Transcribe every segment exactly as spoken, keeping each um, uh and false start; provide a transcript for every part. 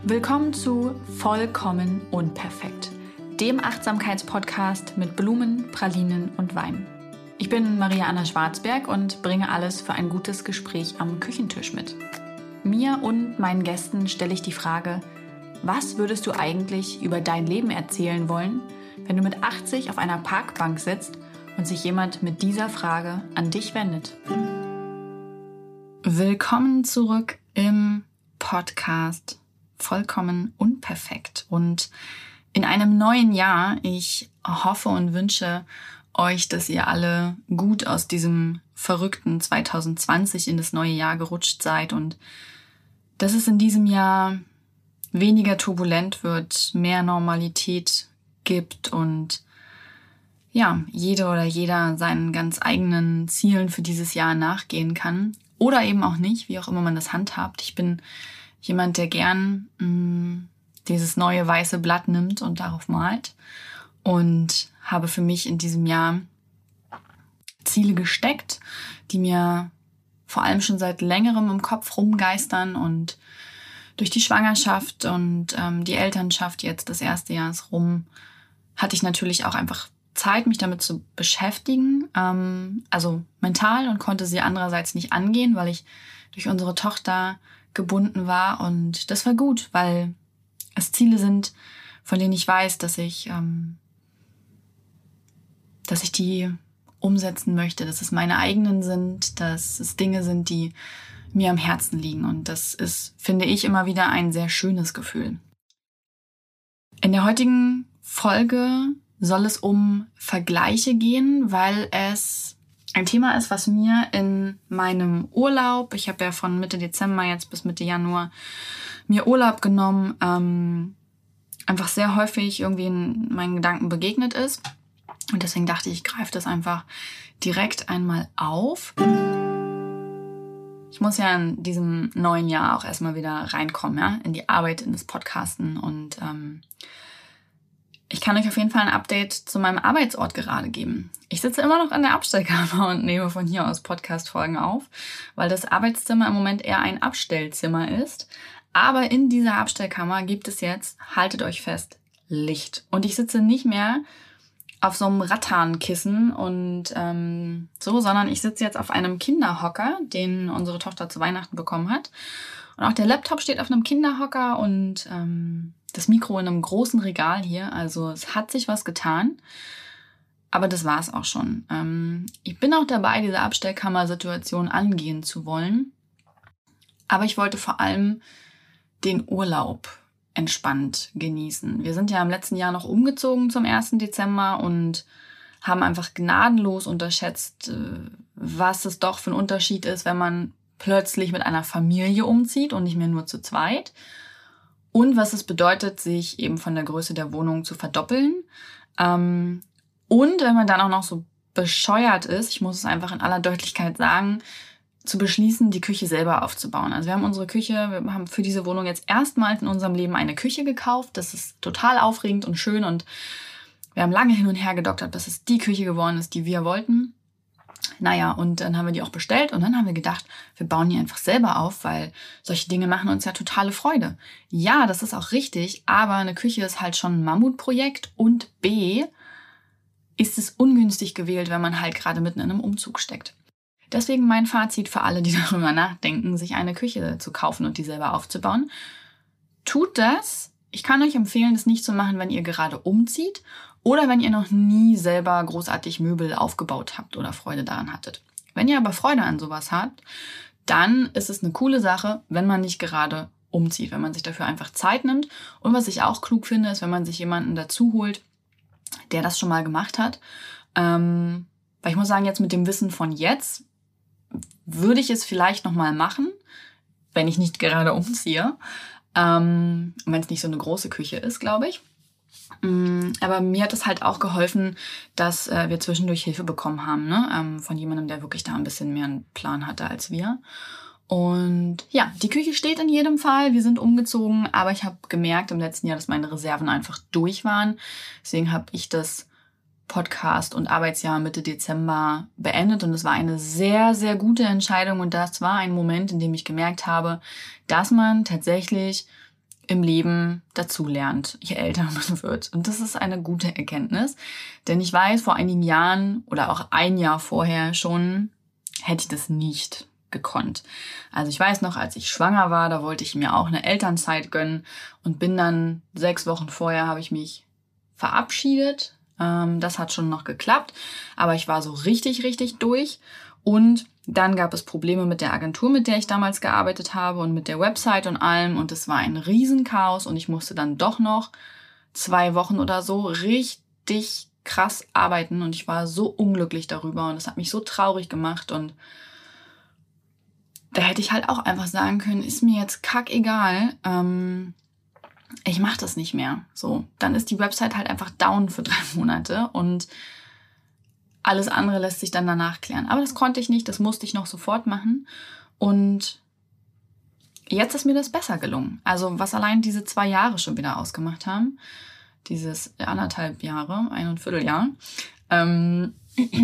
Willkommen zu Vollkommen Unperfekt, dem Achtsamkeitspodcast mit Blumen, Pralinen und Wein. Ich bin Maria Anna Schwarzberg und bringe alles für ein gutes Gespräch am Küchentisch mit. Mir und meinen Gästen stelle ich die Frage, was würdest du eigentlich über dein Leben erzählen wollen, wenn du mit achtzig auf einer Parkbank sitzt und sich jemand mit dieser Frage an dich wendet? Willkommen zurück im Podcast Vollkommen Unperfekt und in einem neuen Jahr. Ich hoffe und wünsche euch, dass ihr alle gut aus diesem verrückten zwanzig zwanzig in das neue Jahr gerutscht seid und dass es in diesem Jahr weniger turbulent wird, mehr Normalität gibt und ja, jede oder jeder seinen ganz eigenen Zielen für dieses Jahr nachgehen kann oder eben auch nicht, wie auch immer man das handhabt. Ich bin jemand, der gern mh, dieses neue weiße Blatt nimmt und darauf malt und habe für mich in diesem Jahr Ziele gesteckt, die mir vor allem schon seit längerem im Kopf rumgeistern und durch die Schwangerschaft und ähm, die Elternschaft jetzt des ersten Jahres rum hatte ich natürlich auch einfach Zeit, mich damit zu beschäftigen, ähm, also mental, und konnte sie andererseits nicht angehen, weil ich durch unsere Tochter gebunden war, und das war gut, weil es Ziele sind, von denen ich weiß, dass ich, ähm, dass ich die umsetzen möchte, dass es meine eigenen sind, dass es Dinge sind, die mir am Herzen liegen, und das ist, finde ich, immer wieder ein sehr schönes Gefühl. In der heutigen Folge soll es um Vergleiche gehen, weil es ein Thema ist, was mir in meinem Urlaub, ich habe ja von Mitte Dezember jetzt bis Mitte Januar mir Urlaub genommen, ähm, einfach sehr häufig irgendwie in meinen Gedanken begegnet ist. Und deswegen dachte ich, ich greife das einfach direkt einmal auf. Ich muss ja in diesem neuen Jahr auch erstmal wieder reinkommen, ja, in die Arbeit, in das Podcasten, und ähm, ich kann euch auf jeden Fall ein Update zu meinem Arbeitsort gerade geben. Ich sitze immer noch in der Abstellkammer und nehme von hier aus Podcast-Folgen auf, weil das Arbeitszimmer im Moment eher ein Abstellzimmer ist. Aber in dieser Abstellkammer gibt es jetzt, haltet euch fest, Licht. Und ich sitze nicht mehr auf so einem Rattankissen und ähm, so, sondern ich sitze jetzt auf einem Kinderhocker, den unsere Tochter zu Weihnachten bekommen hat. Und auch der Laptop steht auf einem Kinderhocker und ähm, das Mikro in einem großen Regal hier. Also es hat sich was getan, aber das war es auch schon. Ähm, ich bin auch dabei, diese Abstellkammer-Situation angehen zu wollen. Aber ich wollte vor allem den Urlaub entspannt genießen. Wir sind ja im letzten Jahr noch umgezogen zum ersten Dezember und haben einfach gnadenlos unterschätzt, was es doch für ein Unterschied ist, wenn man plötzlich mit einer Familie umzieht und nicht mehr nur zu zweit. Und was es bedeutet, sich eben von der Größe der Wohnung zu verdoppeln. Ähm, und wenn man dann auch noch so bescheuert ist, ich muss es einfach in aller Deutlichkeit sagen, zu beschließen, die Küche selber aufzubauen. Also wir haben unsere Küche, wir haben für diese Wohnung jetzt erstmals in unserem Leben eine Küche gekauft. Das ist total aufregend und schön, und wir haben lange hin und her gedoktert, bis es die Küche geworden ist, die wir wollten. Naja, und dann haben wir die auch bestellt, und dann haben wir gedacht, wir bauen die einfach selber auf, weil solche Dinge machen uns ja totale Freude. Ja, das ist auch richtig, aber eine Küche ist halt schon ein Mammutprojekt, und B, ist es ungünstig gewählt, wenn man halt gerade mitten in einem Umzug steckt. Deswegen mein Fazit für alle, die darüber nachdenken, sich eine Küche zu kaufen und die selber aufzubauen. Tut das. Ich kann euch empfehlen, das nicht zu machen, wenn ihr gerade umzieht oder wenn ihr noch nie selber großartig Möbel aufgebaut habt oder Freude daran hattet. Wenn ihr aber Freude an sowas habt, dann ist es eine coole Sache, wenn man nicht gerade umzieht, wenn man sich dafür einfach Zeit nimmt. Und was ich auch klug finde, ist, wenn man sich jemanden dazu holt, der das schon mal gemacht hat. Ähm, weil ich muss sagen, jetzt mit dem Wissen von jetzt würde ich es vielleicht nochmal machen, wenn ich nicht gerade umziehe. Ähm, wenn es nicht so eine große Küche ist, glaube ich. Ähm, aber mir hat es halt auch geholfen, dass äh, wir zwischendurch Hilfe bekommen haben, ne? ähm, von jemandem, der wirklich da ein bisschen mehr einen Plan hatte als wir. Und ja, die Küche steht in jedem Fall. Wir sind umgezogen, aber ich habe gemerkt im letzten Jahr, dass meine Reserven einfach durch waren. Deswegen habe ich das Podcast und Arbeitsjahr Mitte Dezember beendet, und es war eine sehr, sehr gute Entscheidung, und das war ein Moment, in dem ich gemerkt habe, dass man tatsächlich im Leben dazulernt, je älter man wird. Und das ist eine gute Erkenntnis, denn ich weiß, vor einigen Jahren oder auch ein Jahr vorher schon, hätte ich das nicht gekonnt. Also ich weiß noch, als ich schwanger war, da wollte ich mir auch eine Elternzeit gönnen und bin dann sechs Wochen vorher, habe ich mich verabschiedet. Ähm, das hat schon noch geklappt, aber ich war so richtig, richtig durch. Und dann gab es Probleme mit der Agentur, mit der ich damals gearbeitet habe und mit der Website und allem. Und es war ein Riesenchaos und ich musste dann doch noch zwei Wochen oder so richtig krass arbeiten. Und ich war so unglücklich darüber und es hat mich so traurig gemacht. Und da hätte ich halt auch einfach sagen können, ist mir jetzt kackegal, ähm, ich mache das nicht mehr. So, dann ist die Website halt einfach down für drei Monate und alles andere lässt sich dann danach klären. Aber das konnte ich nicht, das musste ich noch sofort machen. Und jetzt ist mir das besser gelungen. Also was allein diese zwei Jahre schon wieder ausgemacht haben, dieses anderthalb Jahre, ein und Vierteljahr, ähm,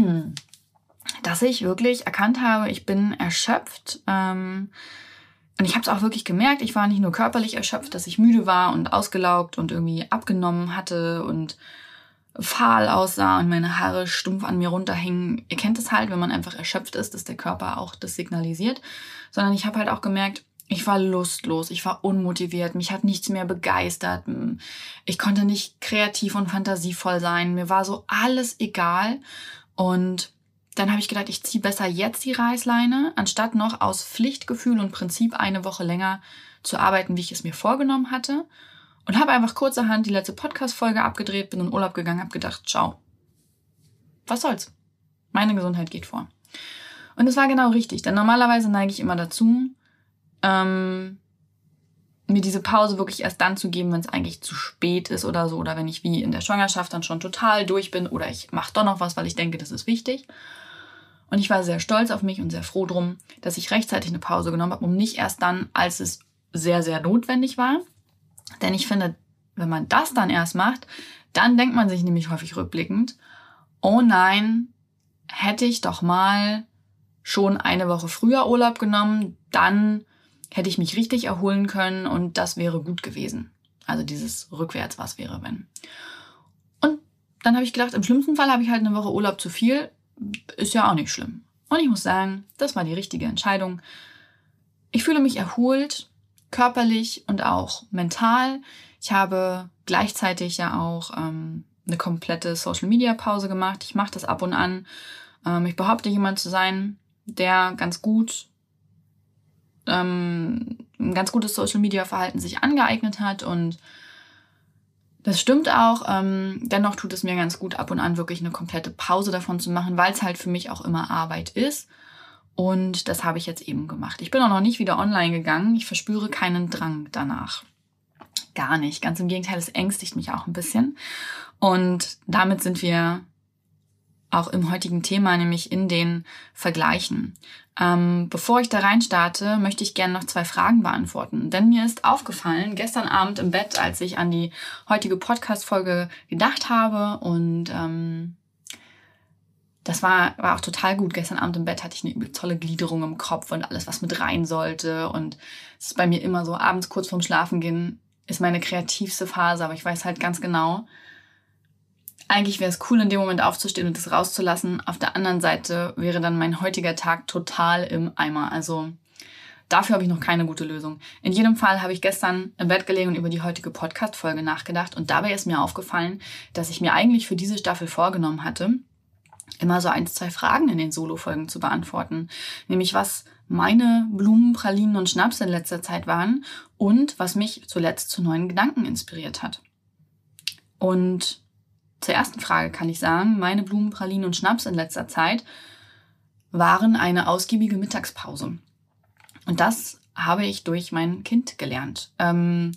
dass ich wirklich erkannt habe, ich bin erschöpft. Ähm, und ich habe es auch wirklich gemerkt, ich war nicht nur körperlich erschöpft, dass ich müde war und ausgelaugt und irgendwie abgenommen hatte und fahl aussah und meine Haare stumpf an mir runterhingen. Ihr kennt es halt, wenn man einfach erschöpft ist, dass der Körper auch das signalisiert. Sondern ich habe halt auch gemerkt, ich war lustlos, ich war unmotiviert, mich hat nichts mehr begeistert. Ich konnte nicht kreativ und fantasievoll sein. Mir war so alles egal. Und dann habe ich gedacht, ich ziehe besser jetzt die Reißleine, anstatt noch aus Pflichtgefühl und Prinzip eine Woche länger zu arbeiten, wie ich es mir vorgenommen hatte. Und habe einfach kurzerhand die letzte Podcast-Folge abgedreht, bin in Urlaub gegangen, habe gedacht, ciao. Was soll's? Meine Gesundheit geht vor. Und es war genau richtig, denn normalerweise neige ich immer dazu, ähm, mir diese Pause wirklich erst dann zu geben, wenn es eigentlich zu spät ist oder so. Oder wenn ich wie in der Schwangerschaft dann schon total durch bin oder ich mache doch noch was, weil ich denke, das ist wichtig. Und ich war sehr stolz auf mich und sehr froh drum, dass ich rechtzeitig eine Pause genommen habe und nicht erst dann, als es sehr, sehr notwendig war. Denn ich finde, wenn man das dann erst macht, dann denkt man sich nämlich häufig rückblickend, oh nein, hätte ich doch mal schon eine Woche früher Urlaub genommen, dann hätte ich mich richtig erholen können und das wäre gut gewesen. Also dieses rückwärts, was wäre, wenn. Und dann habe ich gedacht, im schlimmsten Fall habe ich halt eine Woche Urlaub zu viel, ist ja auch nicht schlimm. Und ich muss sagen, das war die richtige Entscheidung. Ich fühle mich erholt, körperlich und auch mental. Ich habe gleichzeitig ja auch ähm, eine komplette Social-Media-Pause gemacht. Ich mache das ab und an. Ähm, ich behaupte, jemand zu sein, der ganz gut, ähm, ein ganz gutes Social-Media-Verhalten sich angeeignet hat. Und das stimmt auch. Ähm, dennoch tut es mir ganz gut, ab und an wirklich eine komplette Pause davon zu machen, weil es halt für mich auch immer Arbeit ist. Und das habe ich jetzt eben gemacht. Ich bin auch noch nicht wieder online gegangen. Ich verspüre keinen Drang danach. Gar nicht. Ganz im Gegenteil, es ängstigt mich auch ein bisschen. Und damit sind wir auch im heutigen Thema, nämlich in den Vergleichen. Ähm, bevor ich da rein starte, möchte ich gerne noch zwei Fragen beantworten. Denn mir ist aufgefallen, gestern Abend im Bett, als ich an die heutige Podcast-Folge gedacht habe und ähm, Das war, war auch total gut. Gestern Abend im Bett hatte ich eine übel tolle Gliederung im Kopf und alles, was mit rein sollte. Und es ist bei mir immer so, abends kurz vorm Schlafengehen ist meine kreativste Phase. Aber ich weiß halt ganz genau, eigentlich wäre es cool, in dem Moment aufzustehen und das rauszulassen. Auf der anderen Seite wäre dann mein heutiger Tag total im Eimer. Also dafür habe ich noch keine gute Lösung. In jedem Fall habe ich gestern im Bett gelegen und über die heutige Podcast-Folge nachgedacht. Und dabei ist mir aufgefallen, dass ich mir eigentlich für diese Staffel vorgenommen hatte, immer so ein, zwei Fragen in den Solo-Folgen zu beantworten. Nämlich, was meine Blumen, Pralinen und Schnaps in letzter Zeit waren und was mich zuletzt zu neuen Gedanken inspiriert hat. Und zur ersten Frage kann ich sagen, meine Blumen, Pralinen und Schnaps in letzter Zeit waren eine ausgiebige Mittagspause. Und das habe ich durch mein Kind gelernt. Ähm,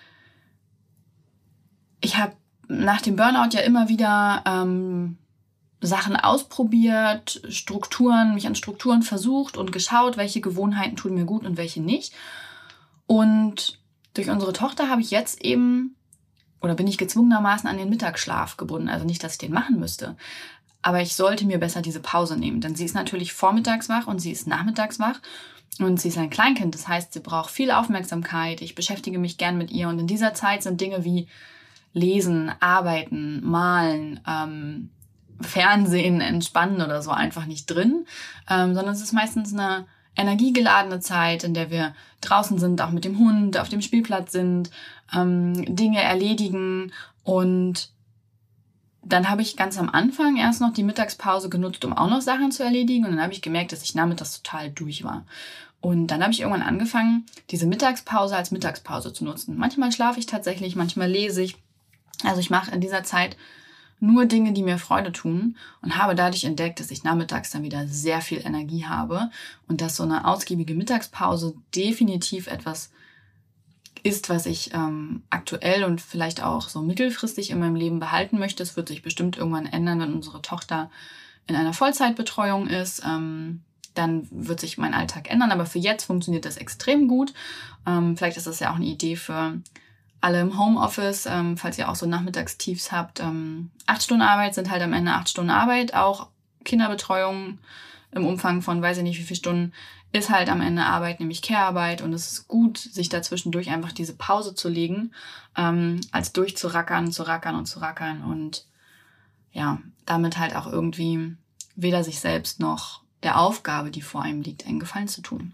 ich habe nach dem Burnout ja immer wieder ähm, Sachen ausprobiert, Strukturen, mich an Strukturen versucht und geschaut, welche Gewohnheiten tun mir gut und welche nicht. Und durch unsere Tochter habe ich jetzt eben, oder bin ich gezwungenermaßen an den Mittagsschlaf gebunden. Also nicht, dass ich den machen müsste. Aber ich sollte mir besser diese Pause nehmen, denn sie ist natürlich vormittags wach und sie ist nachmittags wach. Und sie ist ein Kleinkind, das heißt, sie braucht viel Aufmerksamkeit. Ich beschäftige mich gern mit ihr. Und in dieser Zeit sind Dinge wie Lesen, Arbeiten, Malen, ähm, Fernsehen, Entspannen oder so einfach nicht drin. Ähm, sondern es ist meistens eine energiegeladene Zeit, in der wir draußen sind, auch mit dem Hund, auf dem Spielplatz sind, ähm, Dinge erledigen. Und dann habe ich ganz am Anfang erst noch die Mittagspause genutzt, um auch noch Sachen zu erledigen. Und dann habe ich gemerkt, dass ich nachmittags total durch war. Und dann habe ich irgendwann angefangen, diese Mittagspause als Mittagspause zu nutzen. Manchmal schlafe ich tatsächlich, manchmal lese ich. Also ich mache in dieser Zeit nur Dinge, die mir Freude tun und habe dadurch entdeckt, dass ich nachmittags dann wieder sehr viel Energie habe und dass so eine ausgiebige Mittagspause definitiv etwas ist, was ich ähm, aktuell und vielleicht auch so mittelfristig in meinem Leben behalten möchte. Es wird sich bestimmt irgendwann ändern, wenn unsere Tochter in einer Vollzeitbetreuung ist. Ähm, dann wird sich mein Alltag ändern. Aber für jetzt funktioniert das extrem gut. Ähm, vielleicht ist das ja auch eine Idee für alle im Homeoffice, ähm, falls ihr auch so Nachmittagstiefs habt. Ähm, acht Stunden Arbeit sind halt am Ende acht Stunden Arbeit. Auch Kinderbetreuung im Umfang von weiß ich nicht wie viele Stunden ist halt am Ende Arbeit, nämlich Care-Arbeit. Und es ist gut, sich dazwischendurch einfach diese Pause zu legen, ähm, als durchzurackern, zu rackern und zu rackern. Und ja, damit halt auch irgendwie weder sich selbst noch der Aufgabe, die vor einem liegt, einen Gefallen zu tun.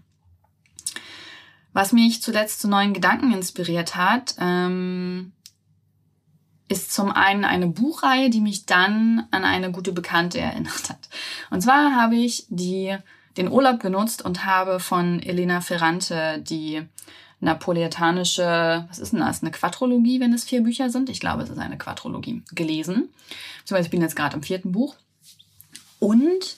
Was mich zuletzt zu neuen Gedanken inspiriert hat, ähm, ist zum einen eine Buchreihe, die mich dann an eine gute Bekannte erinnert hat. Und zwar habe ich die, den Urlaub genutzt und habe von Elena Ferrante die napolitanische, was ist denn das, eine Quadrologie, wenn es vier Bücher sind? Ich glaube, es ist eine Quadrologie, gelesen. Beziehungsweise ich bin jetzt gerade im vierten Buch. Und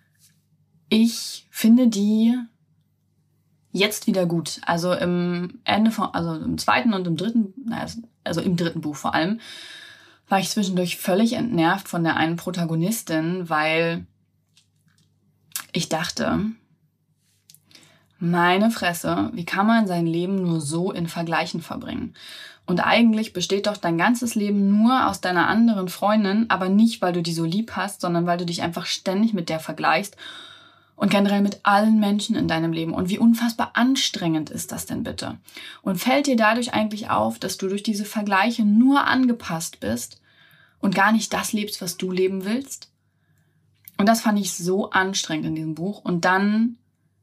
ich finde die jetzt wieder gut. Also im Ende von, also im zweiten und im dritten, also im dritten Buch vor allem, war ich zwischendurch völlig entnervt von der einen Protagonistin, weil ich dachte, meine Fresse, wie kann man sein Leben nur so in Vergleichen verbringen? Und eigentlich besteht doch dein ganzes Leben nur aus deiner anderen Freundin, aber nicht, weil du die so lieb hast, sondern weil du dich einfach ständig mit der vergleichst und generell mit allen Menschen in deinem Leben. Und wie unfassbar anstrengend ist das denn bitte? Und fällt dir dadurch eigentlich auf, dass du durch diese Vergleiche nur angepasst bist und gar nicht das lebst, was du leben willst? Und das fand ich so anstrengend in diesem Buch. Und dann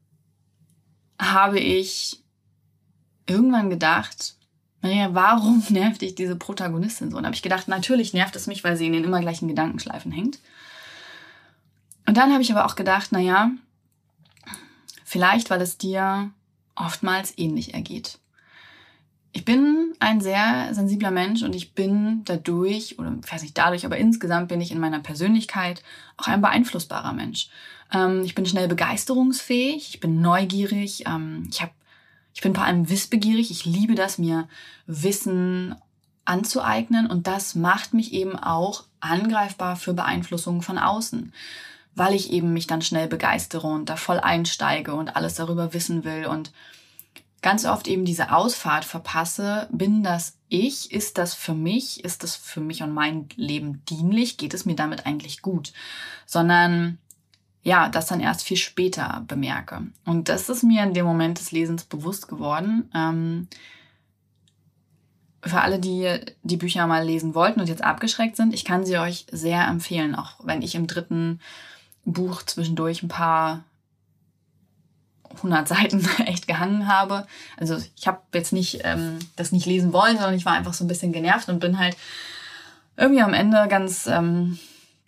habe ich irgendwann gedacht, Maria, warum nervt dich diese Protagonistin so? Und habe ich gedacht, natürlich nervt es mich, weil sie in den immer gleichen Gedankenschleifen hängt. Und dann habe ich aber auch gedacht, naja, vielleicht, weil es dir oftmals ähnlich ergeht. Ich bin ein sehr sensibler Mensch und ich bin dadurch, oder ich weiß nicht dadurch, aber insgesamt bin ich in meiner Persönlichkeit auch ein beeinflussbarer Mensch. Ähm, ich bin schnell begeisterungsfähig, ich bin neugierig, ähm, ich, hab, ich bin vor allem wissbegierig. Ich liebe das, mir Wissen anzueignen und das macht mich eben auch angreifbar für Beeinflussungen von außen, weil ich eben mich dann schnell begeistere und da voll einsteige und alles darüber wissen will und ganz oft eben diese Ausfahrt verpasse. Bin das ich? Ist das für mich? Ist das für mich und mein Leben dienlich? Geht es mir damit eigentlich gut? Sondern ja, das dann erst viel später bemerke. Und das ist mir in dem Moment des Lesens bewusst geworden. Ähm, für alle, die die Bücher mal lesen wollten und jetzt abgeschreckt sind, ich kann sie euch sehr empfehlen, auch wenn ich im dritten Buch zwischendurch ein paar hundert Seiten echt gehangen habe. Also ich habe jetzt nicht ähm, das nicht lesen wollen, sondern ich war einfach so ein bisschen genervt und bin halt irgendwie am Ende ganz ähm,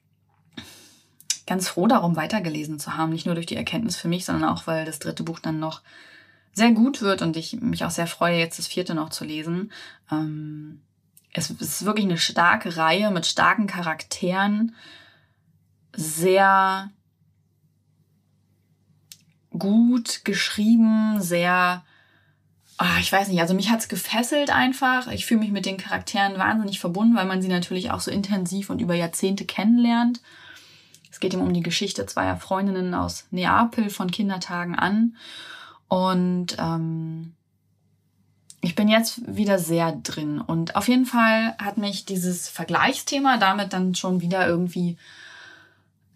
ganz froh darum, weitergelesen zu haben. Nicht nur durch die Erkenntnis für mich, sondern auch, weil das dritte Buch dann noch sehr gut wird und ich mich auch sehr freue, jetzt das vierte noch zu lesen. Ähm, es ist wirklich eine starke Reihe mit starken Charakteren, sehr gut geschrieben, sehr, oh, ich weiß nicht, also mich hat's gefesselt einfach. Ich fühle mich mit den Charakteren wahnsinnig verbunden, weil man sie natürlich auch so intensiv und über Jahrzehnte kennenlernt. Es geht ihm um die Geschichte zweier Freundinnen aus Neapel von Kindertagen an. Und ähm, ich bin jetzt wieder sehr drin. Und auf jeden Fall hat mich dieses Vergleichsthema damit dann schon wieder irgendwie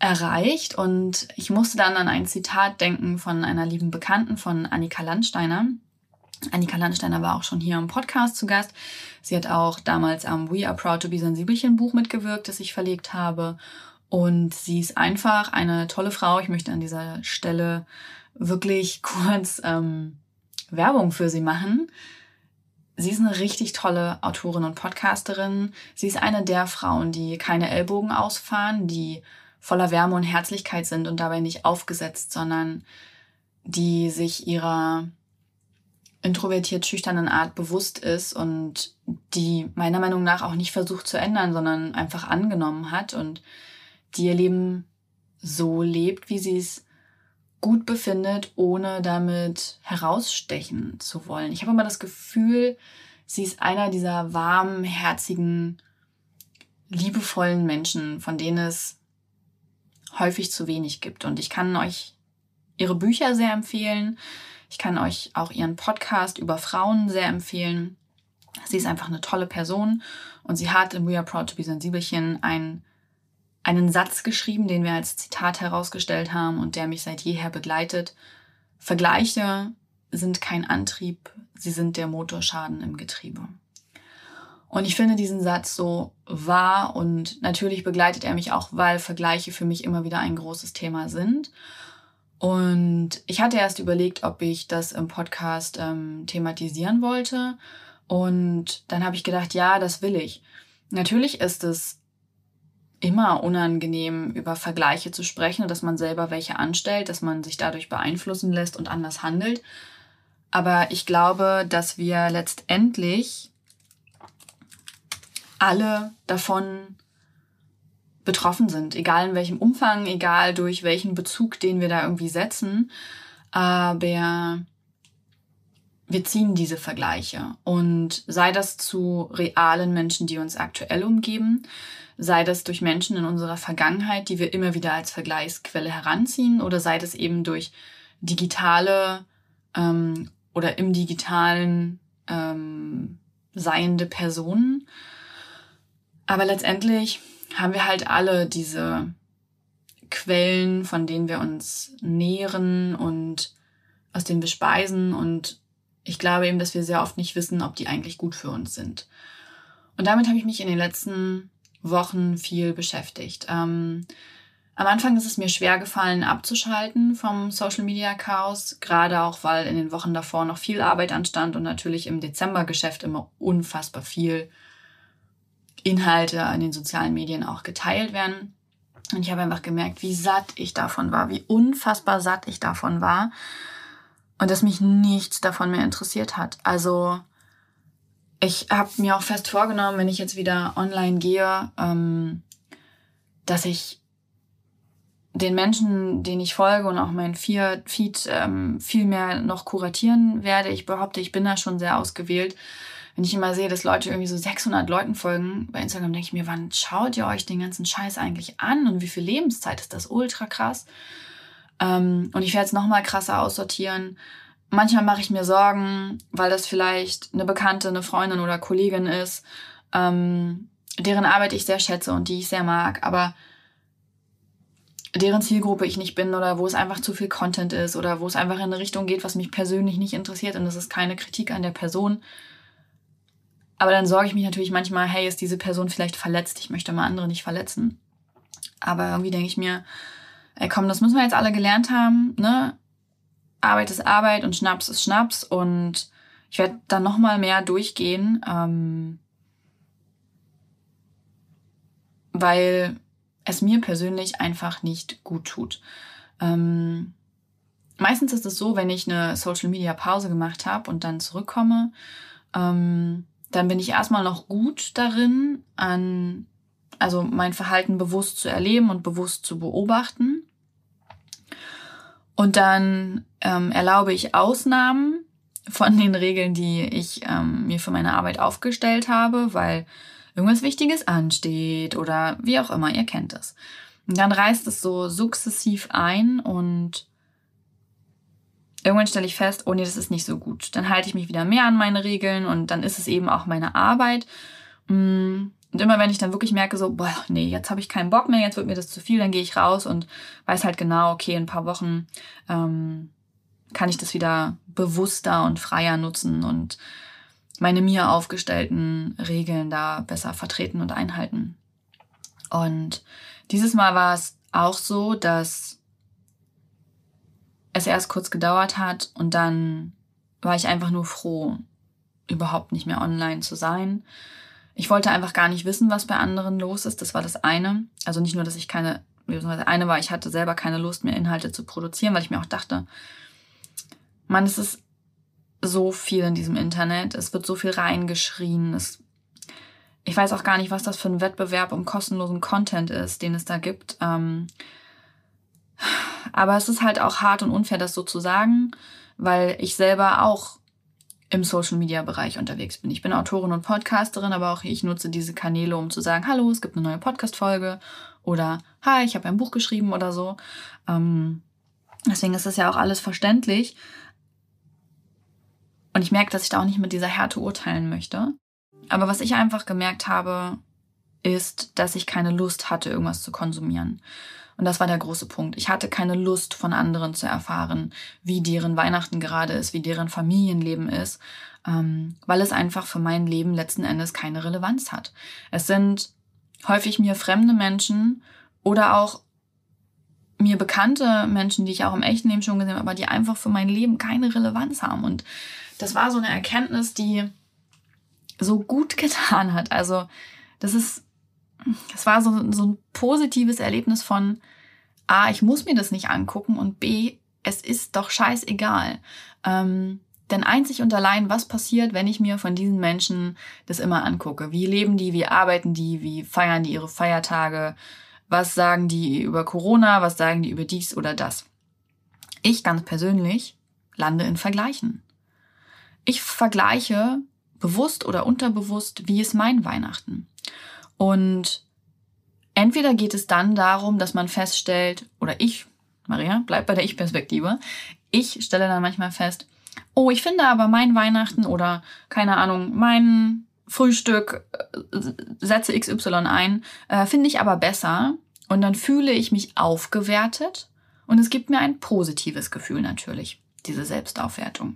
erreicht. Und ich musste dann an ein Zitat denken von einer lieben Bekannten, von Annika Landsteiner. Annika Landsteiner war auch schon hier im Podcast zu Gast. Sie hat auch damals am We Are Proud to be Sensibelchen Buch mitgewirkt, das ich verlegt habe. Und sie ist einfach eine tolle Frau. Ich möchte an dieser Stelle wirklich kurz ähm, Werbung für sie machen. Sie ist eine richtig tolle Autorin und Podcasterin. Sie ist eine der Frauen, die keine Ellbogen ausfahren, die voller Wärme und Herzlichkeit sind und dabei nicht aufgesetzt, sondern die sich ihrer introvertiert schüchternen Art bewusst ist und die meiner Meinung nach auch nicht versucht zu ändern, sondern einfach angenommen hat und die ihr Leben so lebt, wie sie es gut befindet, ohne damit herausstechen zu wollen. Ich habe immer das Gefühl, sie ist einer dieser warmherzigen, liebevollen Menschen, von denen es häufig zu wenig gibt. Und ich kann euch ihre Bücher sehr empfehlen. Ich kann euch auch ihren Podcast über Frauen sehr empfehlen. Sie ist einfach eine tolle Person und sie hat in We Are Proud to be Sensibelchen ein, einen Satz geschrieben, den wir als Zitat herausgestellt haben und der mich seit jeher begleitet. Vergleiche sind kein Antrieb, sie sind der Motorschaden im Getriebe. Und ich finde diesen Satz so wahr und natürlich begleitet er mich auch, weil Vergleiche für mich immer wieder ein großes Thema sind. Und ich hatte erst überlegt, ob ich das im Podcast ähm, thematisieren wollte. Und dann habe ich gedacht, ja, das will ich. Natürlich ist es immer unangenehm, über Vergleiche zu sprechen, dass man selber welche anstellt, dass man sich dadurch beeinflussen lässt und anders handelt. Aber ich glaube, dass wir letztendlich alle davon betroffen sind, egal in welchem Umfang, egal durch welchen Bezug, den wir da irgendwie setzen. Aber wir ziehen diese Vergleiche. Und sei das zu realen Menschen, die uns aktuell umgeben, sei das durch Menschen in unserer Vergangenheit, die wir immer wieder als Vergleichsquelle heranziehen, oder sei das eben durch digitale ähm, oder im Digitalen ähm, seiende Personen. Aber letztendlich haben wir halt alle diese Quellen, von denen wir uns nähren und aus denen wir speisen. Und ich glaube eben, dass wir sehr oft nicht wissen, ob die eigentlich gut für uns sind. Und damit habe ich mich in den letzten Wochen viel beschäftigt. Ähm, am Anfang ist es mir schwer gefallen, abzuschalten vom Social-Media-Chaos, gerade auch, weil in den Wochen davor noch viel Arbeit anstand und natürlich im Dezembergeschäft immer unfassbar viel Inhalte in den sozialen Medien auch geteilt werden. Und ich habe einfach gemerkt, wie satt ich davon war, wie unfassbar satt ich davon war und dass mich nichts davon mehr interessiert hat. Also ich habe mir auch fest vorgenommen, wenn ich jetzt wieder online gehe, ähm, dass ich den Menschen, denen ich folge und auch mein Feed ähm, viel mehr noch kuratieren werde. Ich behaupte, ich bin da schon sehr ausgewählt. Wenn ich immer sehe, dass Leute irgendwie so sechshundert Leuten folgen bei Instagram, denke ich mir, wann schaut ihr euch den ganzen Scheiß eigentlich an und wie viel Lebenszeit ist das? Ultra krass. Ähm, und ich werde es nochmal krasser aussortieren. Manchmal mache ich mir Sorgen, weil das vielleicht eine Bekannte, eine Freundin oder Kollegin ist, ähm, deren Arbeit ich sehr schätze und die ich sehr mag, aber deren Zielgruppe ich nicht bin oder wo es einfach zu viel Content ist oder wo es einfach in eine Richtung geht, was mich persönlich nicht interessiert, und das ist keine Kritik an der Person. Aber dann sorge ich mich natürlich manchmal, hey, ist diese Person vielleicht verletzt? Ich möchte mal andere nicht verletzen. Aber irgendwie denke ich mir, ey komm, das müssen wir jetzt alle gelernt haben, ne? Arbeit ist Arbeit und Schnaps ist Schnaps, und ich werde dann nochmal mehr durchgehen, ähm, weil es mir persönlich einfach nicht gut tut. Ähm, meistens ist es so, wenn ich eine Social-Media-Pause gemacht habe und dann zurückkomme, ähm, dann bin ich erstmal noch gut darin, an, also mein Verhalten bewusst zu erleben und bewusst zu beobachten. Und dann ähm, erlaube ich Ausnahmen von den Regeln, die ich ähm, mir für meine Arbeit aufgestellt habe, weil irgendwas Wichtiges ansteht oder wie auch immer, ihr kennt es. Und dann reißt es so sukzessiv ein und irgendwann stelle ich fest, oh nee, das ist nicht so gut. Dann halte ich mich wieder mehr an meine Regeln und dann ist es eben auch meine Arbeit. Und immer wenn ich dann wirklich merke, so, boah, nee, jetzt habe ich keinen Bock mehr, jetzt wird mir das zu viel, dann gehe ich raus und weiß halt genau, okay, in ein paar Wochen ähm, kann ich das wieder bewusster und freier nutzen und meine mir aufgestellten Regeln da besser vertreten und einhalten. Und dieses Mal war es auch so, dass es erst kurz gedauert hat und dann war ich einfach nur froh, überhaupt nicht mehr online zu sein. Ich wollte einfach gar nicht wissen, was bei anderen los ist. Das war das eine. Also nicht nur, dass ich keine, beziehungsweise eine war, ich hatte selber keine Lust mehr, Inhalte zu produzieren, weil ich mir auch dachte, Mann, es ist so viel in diesem Internet. Es wird so viel reingeschrien. Es, ich weiß auch gar nicht, was das für ein Wettbewerb um kostenlosen Content ist, den es da gibt. Ähm, aber es ist halt auch hart und unfair, das so zu sagen, weil ich selber auch im Social-Media-Bereich unterwegs bin. Ich bin Autorin und Podcasterin, aber auch ich nutze diese Kanäle, um zu sagen, hallo, es gibt eine neue Podcast-Folge oder hi, ich habe ein Buch geschrieben oder so. Ähm, deswegen ist das ja auch alles verständlich. Und ich merke, dass ich da auch nicht mit dieser Härte urteilen möchte. Aber was ich einfach gemerkt habe, ist, dass ich keine Lust hatte, irgendwas zu konsumieren. Und das war der große Punkt. Ich hatte keine Lust, von anderen zu erfahren, wie deren Weihnachten gerade ist, wie deren Familienleben ist, ähm, weil es einfach für mein Leben letzten Endes keine Relevanz hat. Es sind häufig mir fremde Menschen oder auch mir bekannte Menschen, die ich auch im echten Leben schon gesehen habe, aber die einfach für mein Leben keine Relevanz haben. Und das war so eine Erkenntnis, die so gut getan hat. Also das ist, das war so, so ein positives Erlebnis von A, ich muss mir das nicht angucken und B, es ist doch scheißegal. Ähm, denn einzig und allein, was passiert, wenn ich mir von diesen Menschen das immer angucke? Wie leben die, wie arbeiten die, wie feiern die ihre Feiertage? Was sagen die über Corona, was sagen die über dies oder das? Ich ganz persönlich lande in Vergleichen. Ich vergleiche bewusst oder unterbewusst, wie ist mein Weihnachten? Und entweder geht es dann darum, dass man feststellt, oder ich, Maria, bleib bei der Ich-Perspektive, ich stelle dann manchmal fest, oh, ich finde aber mein Weihnachten oder, keine Ahnung, mein Frühstück, äh, setze X Y ein, äh, finde ich aber besser. Und dann fühle ich mich aufgewertet und es gibt mir ein positives Gefühl natürlich, diese Selbstaufwertung.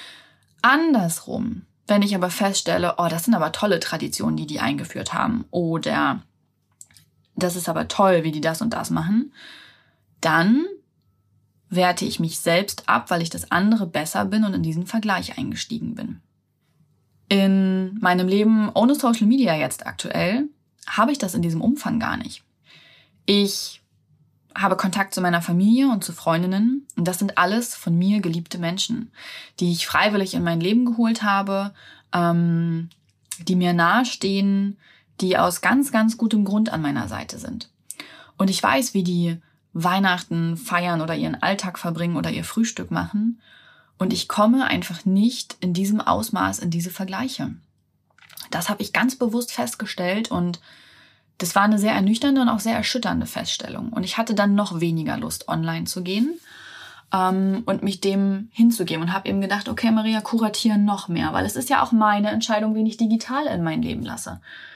Andersrum, wenn ich aber feststelle, oh, das sind aber tolle Traditionen, die die eingeführt haben oder das ist aber toll, wie die das und das machen, dann werte ich mich selbst ab, weil ich das andere besser bin und in diesen Vergleich eingestiegen bin. In meinem Leben ohne Social Media jetzt aktuell habe ich das in diesem Umfang gar nicht. Ich habe Kontakt zu meiner Familie und zu Freundinnen und das sind alles von mir geliebte Menschen, die ich freiwillig in mein Leben geholt habe, ähm, die mir nahestehen, die aus ganz, ganz gutem Grund an meiner Seite sind. Und ich weiß, wie die Weihnachten feiern oder ihren Alltag verbringen oder ihr Frühstück machen und ich komme einfach nicht in diesem Ausmaß in diese Vergleiche. Das habe ich ganz bewusst festgestellt und das war eine sehr ernüchternde und auch sehr erschütternde Feststellung. Und ich hatte dann noch weniger Lust, online zu gehen ähm, und mich dem hinzugeben. Und habe eben gedacht, okay, Maria, kuratieren noch mehr. Weil es ist ja auch meine Entscheidung, wen ich digital in mein Leben lasse.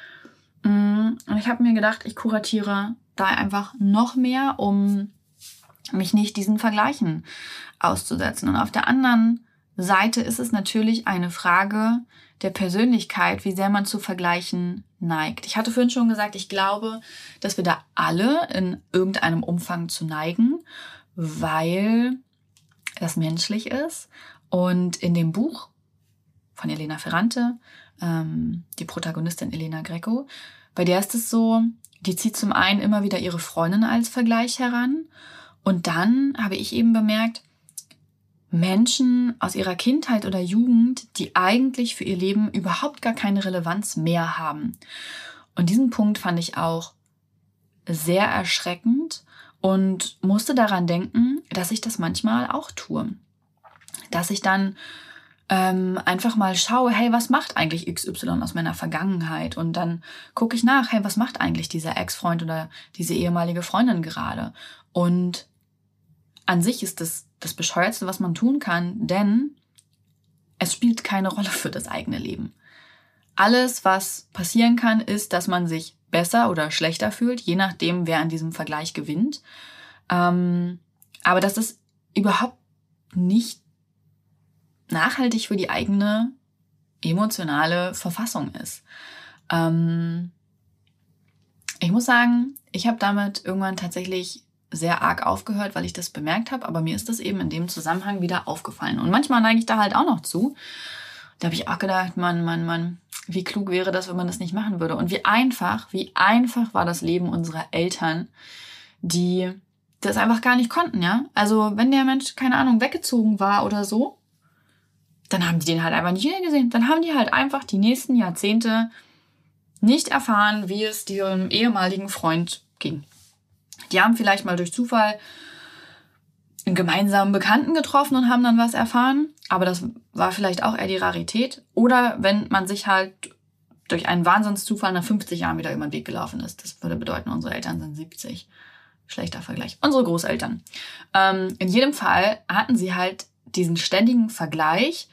Und ich habe mir gedacht, ich kuratiere da einfach noch mehr, um mich nicht diesen Vergleichen auszusetzen. Und auf der anderen Seite ist es natürlich eine Frage der Persönlichkeit, wie sehr man zu Vergleichen neigt. Ich hatte vorhin schon gesagt, ich glaube, dass wir da alle in irgendeinem Umfang zu neigen, weil das menschlich ist. Und in dem Buch von Elena Ferrante, ähm, die Protagonistin Elena Greco, bei der ist es so, die zieht zum einen immer wieder ihre Freundin als Vergleich heran und dann habe ich eben bemerkt, Menschen aus ihrer Kindheit oder Jugend, die eigentlich für ihr Leben überhaupt gar keine Relevanz mehr haben. Und diesen Punkt fand ich auch sehr erschreckend und musste daran denken, dass ich das manchmal auch tue. Dass ich dann ähm, einfach mal schaue, hey, was macht eigentlich X Y aus meiner Vergangenheit? Und dann gucke ich nach, hey, was macht eigentlich dieser Ex-Freund oder diese ehemalige Freundin gerade? Und an sich ist das das Bescheuertste, was man tun kann, denn es spielt keine Rolle für das eigene Leben. alles, was passieren kann, ist, dass man sich besser oder schlechter fühlt, je nachdem, wer an diesem Vergleich gewinnt. Ähm, aber dass es überhaupt nicht nachhaltig für die eigene emotionale Verfassung ist. Ähm, ich muss sagen, ich habe damit irgendwann tatsächlich sehr arg aufgehört, weil ich das bemerkt habe, aber mir ist das eben in dem Zusammenhang wieder aufgefallen. Und manchmal neige ich da halt auch noch zu. Da habe ich auch gedacht, Mann, Mann, Mann, wie klug wäre das, wenn man das nicht machen würde. Und wie einfach, wie einfach war das Leben unserer Eltern, die das einfach gar nicht konnten, ja. Also wenn der Mensch, keine Ahnung, weggezogen war oder so, dann haben die den halt einfach nicht wieder gesehen. Dann haben die halt einfach die nächsten Jahrzehnte nicht erfahren, wie es ihrem ehemaligen Freund ging. Die haben vielleicht mal durch Zufall einen gemeinsamen Bekannten getroffen und haben dann was erfahren. Aber das war vielleicht auch eher die Rarität. Oder wenn man sich halt durch einen Wahnsinnszufall nach fünfzig Jahren wieder über den Weg gelaufen ist. Das würde bedeuten, unsere Eltern sind siebzig. Schlechter Vergleich. Unsere Großeltern. Ähm, in jedem Fall hatten sie halt diesen ständigen Vergleich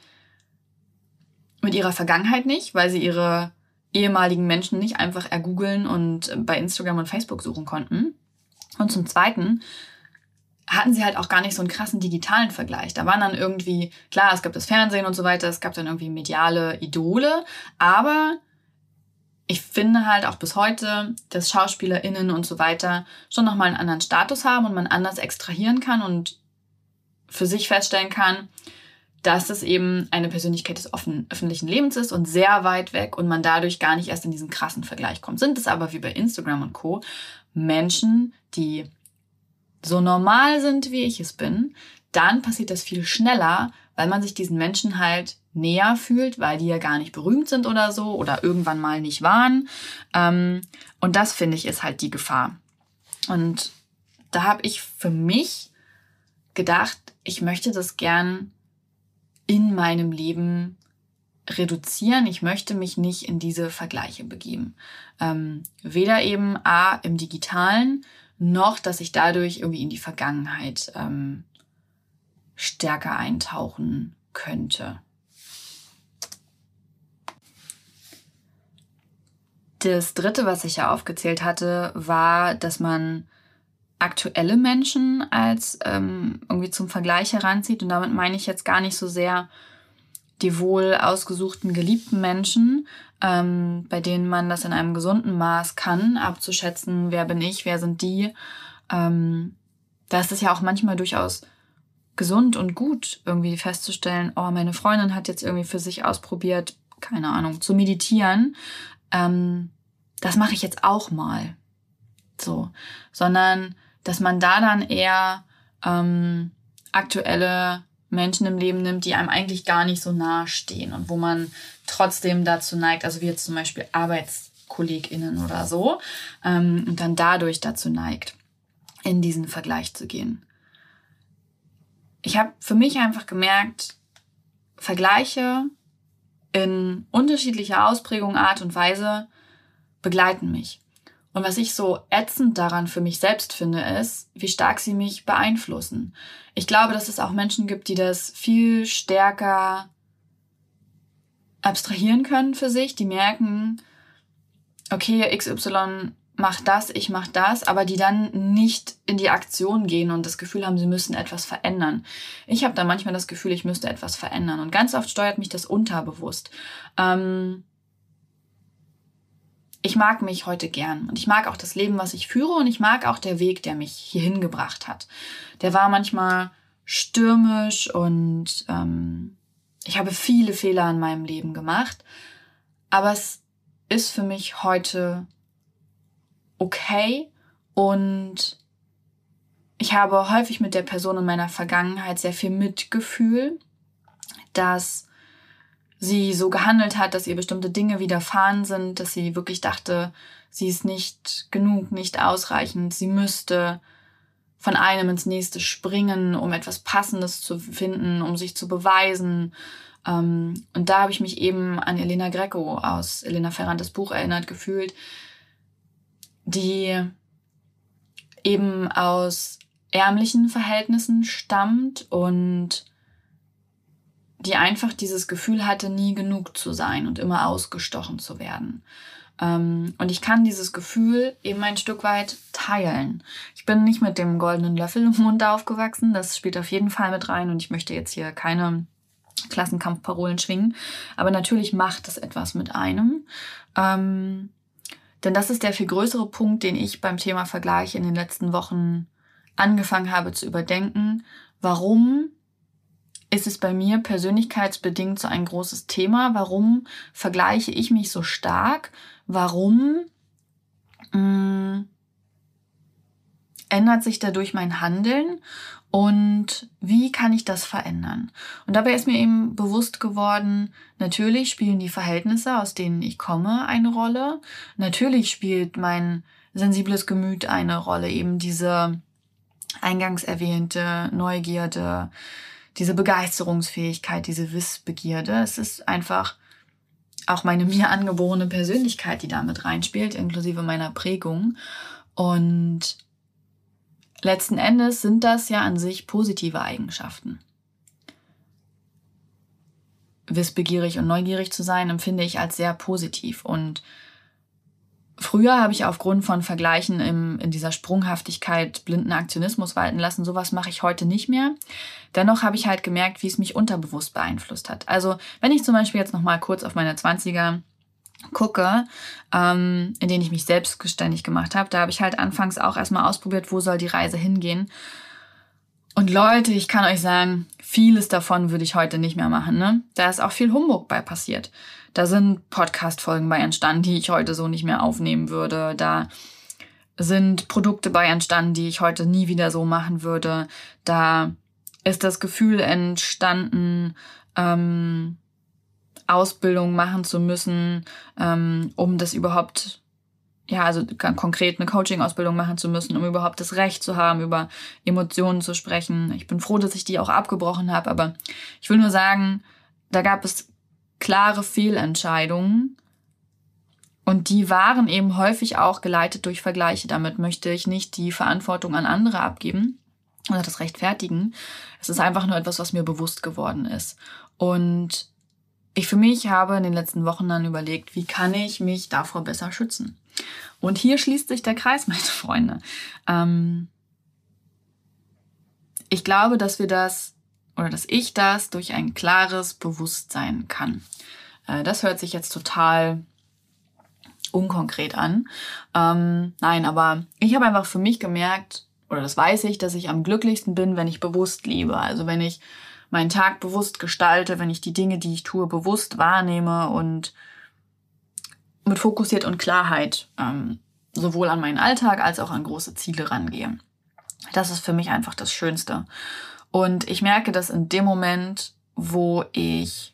mit ihrer Vergangenheit nicht, weil sie ihre ehemaligen Menschen nicht einfach ergoogeln und bei Instagram und Facebook suchen konnten. Und zum Zweiten hatten sie halt auch gar nicht so einen krassen digitalen Vergleich. Da waren dann irgendwie, klar, es gab das Fernsehen und so weiter, es gab dann irgendwie mediale Idole, aber ich finde halt auch bis heute, dass SchauspielerInnen und so weiter schon nochmal einen anderen Status haben und man anders extrahieren kann und für sich feststellen kann, dass es eben eine Persönlichkeit des offen, öffentlichen Lebens ist und sehr weit weg und man dadurch gar nicht erst in diesen krassen Vergleich kommt. Sind es aber wie bei Instagram und Co. Menschen, die so normal sind, wie ich es bin, dann passiert das viel schneller, weil man sich diesen Menschen halt näher fühlt, weil die ja gar nicht berühmt sind oder so oder irgendwann mal nicht waren. Und das, finde ich, ist halt die Gefahr. Und da habe ich für mich gedacht, ich möchte das gern in meinem Leben reduzieren. Ich möchte mich nicht in diese Vergleiche begeben. Ähm, weder eben A im Digitalen, noch, dass ich dadurch irgendwie in die Vergangenheit ähm, stärker eintauchen könnte. Das Dritte, was ich ja aufgezählt hatte, war, dass man aktuelle Menschen als ähm, irgendwie zum Vergleich heranzieht. Und damit meine ich jetzt gar nicht so sehr die wohl ausgesuchten, geliebten Menschen, ähm, bei denen man das in einem gesunden Maß kann, abzuschätzen, wer bin ich, wer sind die. Ähm, da ist es ja auch manchmal durchaus gesund und gut, irgendwie festzustellen, oh, meine Freundin hat jetzt irgendwie für sich ausprobiert, keine Ahnung, zu meditieren. Ähm, das mache ich jetzt auch mal. So. Sondern, dass man da dann eher ähm, aktuelle Menschen im Leben nimmt, die einem eigentlich gar nicht so nahe stehen und wo man trotzdem dazu neigt, also wie jetzt zum Beispiel ArbeitskollegInnen oder so, ähm, und dann dadurch dazu neigt, in diesen Vergleich zu gehen. Ich habe für mich einfach gemerkt, Vergleiche in unterschiedlicher Ausprägung, Art und Weise begleiten mich. Und was ich so ätzend daran für mich selbst finde, ist, wie stark sie mich beeinflussen. Ich glaube, dass es auch Menschen gibt, die das viel stärker abstrahieren können für sich, die merken, okay, X Y macht das, ich mach das, aber die dann nicht in die Aktion gehen und das Gefühl haben, sie müssen etwas verändern. Ich habe da manchmal das Gefühl, ich müsste etwas verändern und ganz oft steuert mich das unterbewusst. Ähm, Ich mag mich heute gern und ich mag auch das Leben, was ich führe und ich mag auch der Weg, der mich hierhin gebracht hat. Der war manchmal stürmisch und ähm, ich habe viele Fehler in meinem Leben gemacht, aber es ist für mich heute okay und ich habe häufig mit der Person in meiner Vergangenheit sehr viel Mitgefühl, dass sie so gehandelt hat, dass ihr bestimmte Dinge widerfahren sind, dass sie wirklich dachte, sie ist nicht genug, nicht ausreichend, sie müsste von einem ins nächste springen, um etwas Passendes zu finden, um sich zu beweisen. Und da habe ich mich eben an Elena Greco aus Elena Ferrantes Buch erinnert gefühlt, die eben aus ärmlichen Verhältnissen stammt und die einfach dieses Gefühl hatte, nie genug zu sein und immer ausgestochen zu werden. Ähm, und ich kann dieses Gefühl eben ein Stück weit teilen. Ich bin nicht mit dem goldenen Löffel im Mund aufgewachsen, das spielt auf jeden Fall mit rein und ich möchte jetzt hier keine Klassenkampfparolen schwingen, aber natürlich macht es etwas mit einem. Ähm, denn das ist der viel größere Punkt, den ich beim Thema Vergleich in den letzten Wochen angefangen habe zu überdenken. Warum ist es bei mir persönlichkeitsbedingt so ein großes Thema? Warum vergleiche ich mich so stark? Warum mh, ändert sich dadurch mein Handeln? Und wie kann ich das verändern? Und dabei ist mir eben bewusst geworden, natürlich spielen die Verhältnisse, aus denen ich komme, eine Rolle. Natürlich spielt mein sensibles Gemüt eine Rolle, eben diese eingangs erwähnte Neugierde, diese Begeisterungsfähigkeit, diese Wissbegierde. Es ist einfach auch meine mir angeborene Persönlichkeit, die da mit reinspielt, inklusive meiner Prägung. Und letzten Endes sind das ja an sich positive Eigenschaften. Wissbegierig und neugierig zu sein, empfinde ich als sehr positiv. Und früher habe ich aufgrund von Vergleichen im, in dieser Sprunghaftigkeit blinden Aktionismus walten lassen. Sowas mache ich heute nicht mehr. Dennoch habe ich halt gemerkt, wie es mich unterbewusst beeinflusst hat. Also wenn ich zum Beispiel jetzt nochmal kurz auf meine Zwanziger gucke, ähm, in denen ich mich selbstständig gemacht habe, da habe ich halt anfangs auch erstmal ausprobiert, wo soll die Reise hingehen. Und Leute, ich kann euch sagen, vieles davon würde ich heute nicht mehr machen, ne? Da ist auch viel Humbug bei passiert. Da sind Podcast-Folgen bei entstanden, die ich heute so nicht mehr aufnehmen würde. Da sind Produkte bei entstanden, die ich heute nie wieder so machen würde. Da ist das Gefühl entstanden, ähm, Ausbildung machen zu müssen, ähm, um das überhaupt, ja, also konkret eine Coaching-Ausbildung machen zu müssen, um überhaupt das Recht zu haben, über Emotionen zu sprechen. Ich bin froh, dass ich die auch abgebrochen habe, aber ich will nur sagen, da gab es klare Fehlentscheidungen und die waren eben häufig auch geleitet durch Vergleiche. Damit möchte ich nicht die Verantwortung an andere abgeben oder das rechtfertigen. Es ist einfach nur etwas, was mir bewusst geworden ist. Und ich für mich habe in den letzten Wochen dann überlegt, wie kann ich mich davor besser schützen? Und hier schließt sich der Kreis, meine Freunde. Ähm ich glaube, dass wir das oder dass ich das durch ein klares Bewusstsein kann. Äh, das hört sich jetzt total unkonkret an. Ähm, nein, aber ich habe einfach für mich gemerkt, oder das weiß ich, dass ich am glücklichsten bin, wenn ich bewusst lebe. Also wenn ich meinen Tag bewusst gestalte, wenn ich die Dinge, die ich tue, bewusst wahrnehme und mit Fokussiert und Klarheit ähm, sowohl an meinen Alltag als auch an große Ziele rangehe. Das ist für mich einfach das Schönste. Und ich merke, dass in dem Moment, wo ich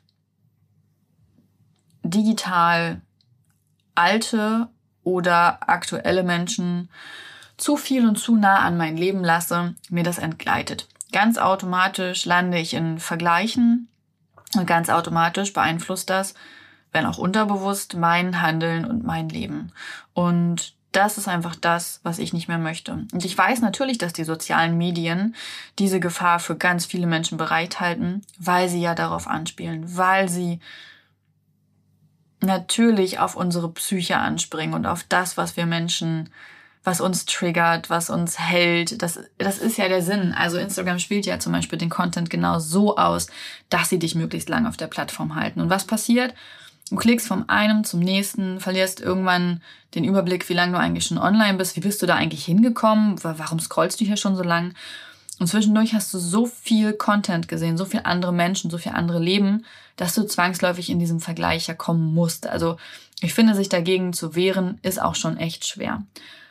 digital alte oder aktuelle Menschen zu viel und zu nah an mein Leben lasse, mir das entgleitet. Ganz automatisch lande ich in Vergleichen und ganz automatisch beeinflusst das, wenn auch unterbewusst, mein Handeln und mein Leben. Und das ist einfach das, was ich nicht mehr möchte. Und ich weiß natürlich, dass die sozialen Medien diese Gefahr für ganz viele Menschen bereithalten, weil sie ja darauf anspielen, weil sie natürlich auf unsere Psyche anspringen und auf das, was wir Menschen, was uns triggert, was uns hält. Das, das ist ja der Sinn. Also Instagram spielt ja zum Beispiel den Content genau so aus, dass sie dich möglichst lang auf der Plattform halten. Und was passiert? Du klickst vom einen zum nächsten, verlierst irgendwann den Überblick, wie lange du eigentlich schon online bist. Wie bist du da eigentlich hingekommen? Warum scrollst du hier schon so lang? Und zwischendurch hast du so viel Content gesehen, so viel andere Menschen, so viel andere Leben, dass du zwangsläufig in diesem Vergleich ja kommen musst. Also ich finde, sich dagegen zu wehren, ist auch schon echt schwer.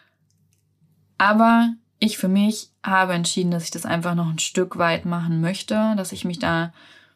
Aber ich für mich habe entschieden, dass ich das einfach noch ein Stück weit machen möchte, dass ich mich da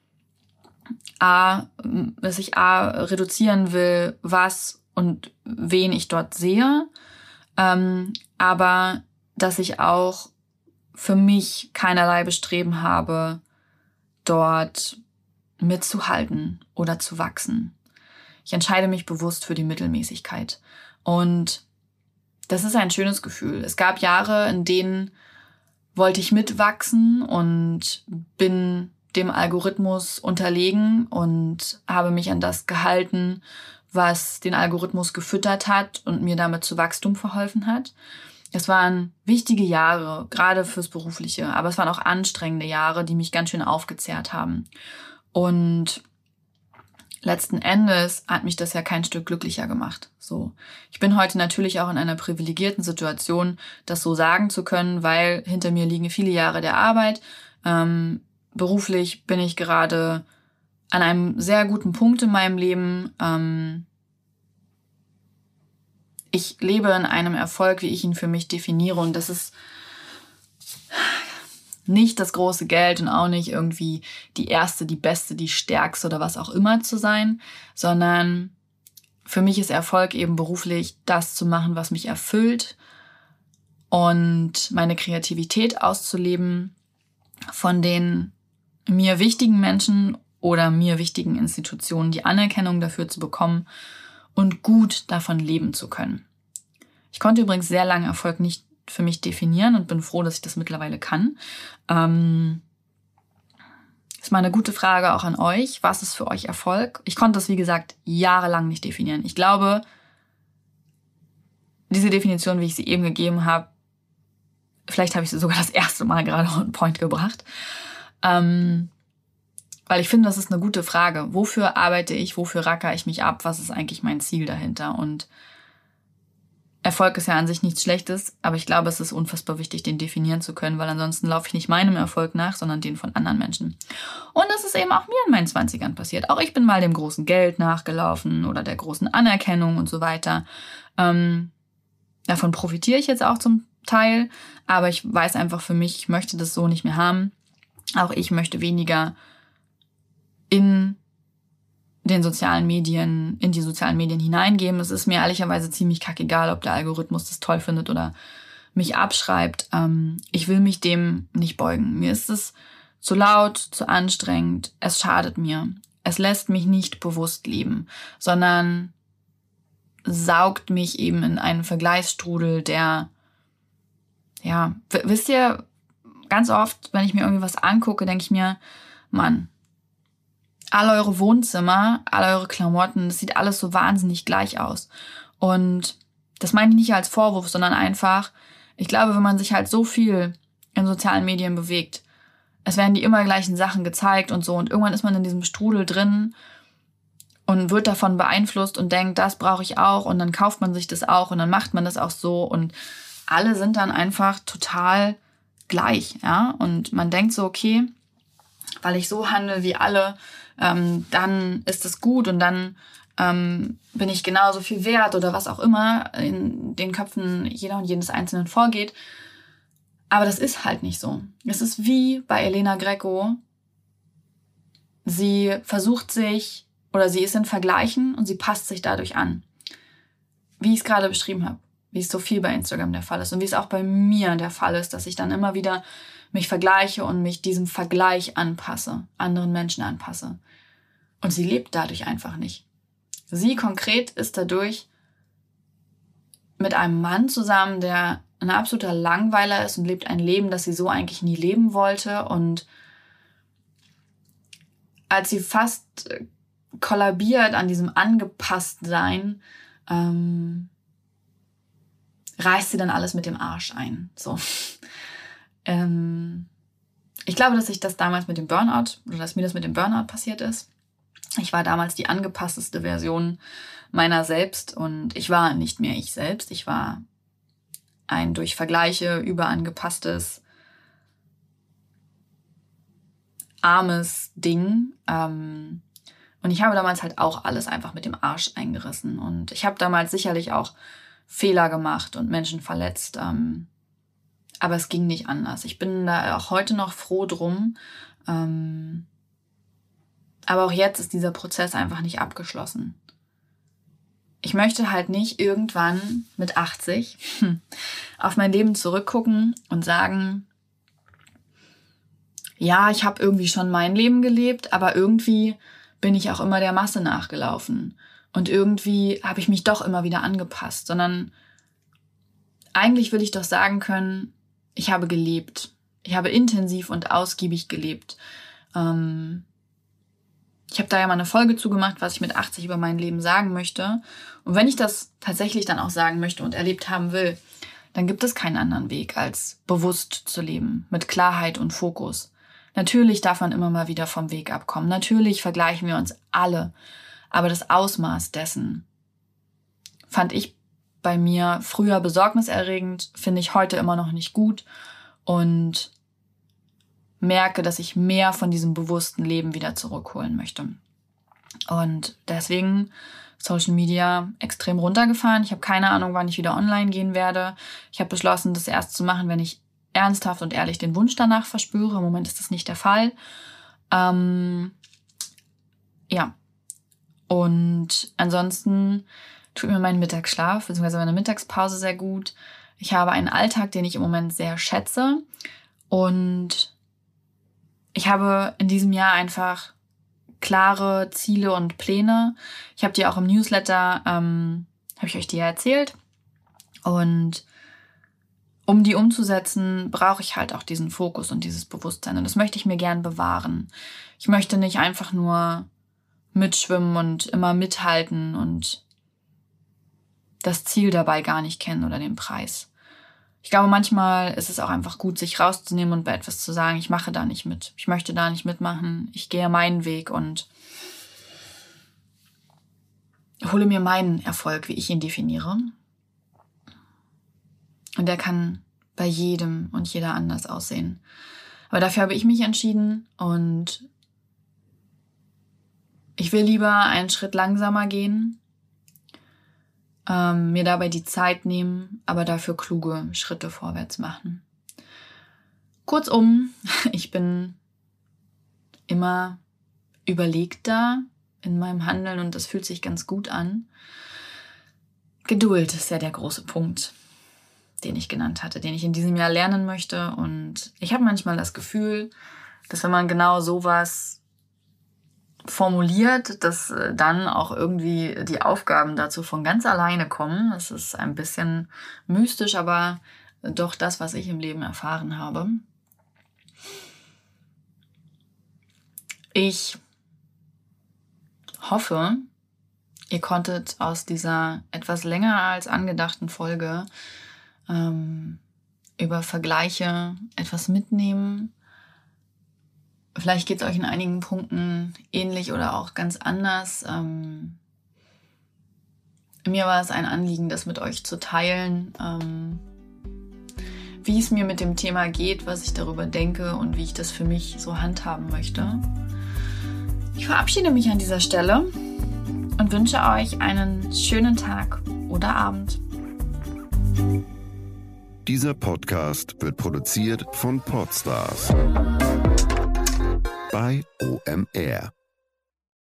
A, dass ich A, reduzieren will, was und wen ich dort sehe, ähm, aber dass ich auch für mich keinerlei Bestreben habe, dort mitzuhalten oder zu wachsen. Ich entscheide mich bewusst für die Mittelmäßigkeit. Und das ist ein schönes Gefühl. Es gab Jahre, in denen wollte ich mitwachsen und bin dem Algorithmus unterlegen und habe mich an das gehalten, was den Algorithmus gefüttert hat und mir damit zu Wachstum verholfen hat. Es waren wichtige Jahre, gerade fürs Berufliche, aber es waren auch anstrengende Jahre, die mich ganz schön aufgezehrt haben. Und letzten Endes hat mich das ja kein Stück glücklicher gemacht. So, ich bin heute natürlich auch in einer privilegierten Situation, das so sagen zu können, weil hinter mir liegen viele Jahre der Arbeit. Ähm, beruflich bin ich gerade an einem sehr guten Punkt in meinem Leben. Ähm, ich lebe in einem Erfolg, wie ich ihn für mich definiere, und das ist nicht das große Geld und auch nicht irgendwie die erste, die beste, die stärkste oder was auch immer zu sein, sondern für mich ist Erfolg eben beruflich das zu machen, was mich erfüllt und meine Kreativität auszuleben, von den mir wichtigen Menschen oder mir wichtigen Institutionen die Anerkennung dafür zu bekommen und gut davon leben zu können. Ich konnte übrigens sehr lange Erfolg nicht für mich definieren und bin froh, dass ich das mittlerweile kann. Ähm, ist mal eine gute Frage auch an euch. Was ist für euch Erfolg? Ich konnte das, wie gesagt, jahrelang nicht definieren. Ich glaube, diese Definition, wie ich sie eben gegeben habe, vielleicht habe ich sie sogar das erste Mal gerade on point gebracht. Ähm, weil ich finde, das ist eine gute Frage. Wofür arbeite ich? Wofür racker ich mich ab? Was ist eigentlich mein Ziel dahinter? Und Erfolg ist ja an sich nichts Schlechtes, aber ich glaube, es ist unfassbar wichtig, den definieren zu können, weil ansonsten laufe ich nicht meinem Erfolg nach, sondern den von anderen Menschen. Und das ist eben auch mir in meinen Zwanzigern passiert. Auch ich bin mal dem großen Geld nachgelaufen oder der großen Anerkennung und so weiter. Ähm, davon profitiere ich jetzt auch zum Teil, aber ich weiß einfach für mich, ich möchte das so nicht mehr haben. Auch ich möchte weniger in den sozialen Medien, in die sozialen Medien hineingeben. Es ist mir ehrlicherweise ziemlich kackegal, ob der Algorithmus das toll findet oder mich abschreibt. Ähm, ich will mich dem nicht beugen. Mir ist es zu laut, zu anstrengend. Es schadet mir. Es lässt mich nicht bewusst leben, sondern saugt mich eben in einen Vergleichsstrudel, der, ja, w- wisst ihr, ganz oft, wenn ich mir irgendwie was angucke, denke ich mir, Mann, all eure Wohnzimmer, all eure Klamotten, das sieht alles so wahnsinnig gleich aus. Und das meine ich nicht als Vorwurf, sondern einfach, ich glaube, wenn man sich halt so viel in sozialen Medien bewegt, es werden die immer gleichen Sachen gezeigt und so, und irgendwann ist man in diesem Strudel drin und wird davon beeinflusst und denkt, das brauche ich auch, und dann kauft man sich das auch und dann macht man das auch so, und alle sind dann einfach total gleich, ja, und man denkt so, okay, weil ich so handle wie alle, ähm, dann ist es gut und dann ähm, bin ich genauso viel wert oder was auch immer in den Köpfen jeder und jedes Einzelnen vorgeht. Aber das ist halt nicht so. Es ist wie bei Elena Greco. Sie versucht sich, oder sie ist in Vergleichen und sie passt sich dadurch an. Wie ich es gerade beschrieben habe, wie es so viel bei Instagram der Fall ist und wie es auch bei mir der Fall ist, dass ich dann immer wieder mich vergleiche und mich diesem Vergleich anpasse, anderen Menschen anpasse. Und sie lebt dadurch einfach nicht. Sie konkret ist dadurch mit einem Mann zusammen, der ein absoluter Langweiler ist und lebt ein Leben, das sie so eigentlich nie leben wollte. Und als sie fast kollabiert an diesem Angepasstsein, ähm, reißt sie dann alles mit dem Arsch ein. So. Ähm, ich glaube, dass ich das damals mit dem Burnout, oder dass mir das mit dem Burnout passiert ist. Ich war damals die angepassteste Version meiner selbst und ich war nicht mehr ich selbst. Ich war ein durch Vergleiche überangepasstes, armes Ding. Ähm, und ich habe damals halt auch alles einfach mit dem Arsch eingerissen. Und ich habe damals sicherlich auch Fehler gemacht und Menschen verletzt. Ähm, aber es ging nicht anders. Ich bin da auch heute noch froh drum. Ähm, aber auch jetzt ist dieser Prozess einfach nicht abgeschlossen. Ich möchte halt nicht irgendwann mit achtzig auf mein Leben zurückgucken und sagen, ja, ich habe irgendwie schon mein Leben gelebt, aber irgendwie bin ich auch immer der Masse nachgelaufen. Und irgendwie habe ich mich doch immer wieder angepasst. Sondern eigentlich will ich doch sagen können, ich habe gelebt. Ich habe intensiv und ausgiebig gelebt. Ähm, ich habe da ja mal eine Folge zugemacht, was ich mit achtzig über mein Leben sagen möchte. Und wenn ich das tatsächlich dann auch sagen möchte und erlebt haben will, dann gibt es keinen anderen Weg, als bewusst zu leben, mit Klarheit und Fokus. Natürlich darf man immer mal wieder vom Weg abkommen. Natürlich vergleichen wir uns alle. Aber das Ausmaß dessen fand ich bei mir früher besorgniserregend, finde ich heute immer noch nicht gut und merke, dass ich mehr von diesem bewussten Leben wieder zurückholen möchte. Und deswegen Social Media extrem runtergefahren. Ich habe keine Ahnung, wann ich wieder online gehen werde. Ich habe beschlossen, das erst zu machen, wenn ich ernsthaft und ehrlich den Wunsch danach verspüre. Im Moment ist das nicht der Fall. Ähm, ja. Und ansonsten tut mir mein Mittagsschlaf bzw. meine Mittagspause sehr gut. Ich habe einen Alltag, den ich im Moment sehr schätze. Und ich habe in diesem Jahr einfach klare Ziele und Pläne. Ich habe die auch im Newsletter, ähm, habe ich euch die ja erzählt. Und um die umzusetzen, brauche ich halt auch diesen Fokus und dieses Bewusstsein. Und das möchte ich mir gern bewahren. Ich möchte nicht einfach nur mitschwimmen und immer mithalten und das Ziel dabei gar nicht kennen oder den Preis. Ich glaube, manchmal ist es auch einfach gut, sich rauszunehmen und bei etwas zu sagen, ich mache da nicht mit. Ich möchte da nicht mitmachen. Ich gehe meinen Weg und hole mir meinen Erfolg, wie ich ihn definiere. Und der kann bei jedem und jeder anders aussehen. Aber dafür habe ich mich entschieden und ich will lieber einen Schritt langsamer gehen, ähm, mir dabei die Zeit nehmen, aber dafür kluge Schritte vorwärts machen. Kurzum, ich bin immer überlegter in meinem Handeln und das fühlt sich ganz gut an. Geduld ist ja der große Punkt, den ich genannt hatte, den ich in diesem Jahr lernen möchte. Und ich habe manchmal das Gefühl, dass wenn man genau sowas formuliert, dass dann auch irgendwie die Aufgaben dazu von ganz alleine kommen. Das ist ein bisschen mystisch, aber doch das, was ich im Leben erfahren habe. Ich hoffe, ihr konntet aus dieser etwas länger als angedachten Folge ähm, über Vergleiche etwas mitnehmen. Vielleicht geht es euch in einigen Punkten ähnlich oder auch ganz anders. Ähm, mir war es ein Anliegen, das mit euch zu teilen, ähm, wie es mir mit dem Thema geht, was ich darüber denke und wie ich das für mich so handhaben möchte. Ich verabschiede mich an dieser Stelle und wünsche euch einen schönen Tag oder Abend. Dieser Podcast wird produziert von Podstars bei O M R.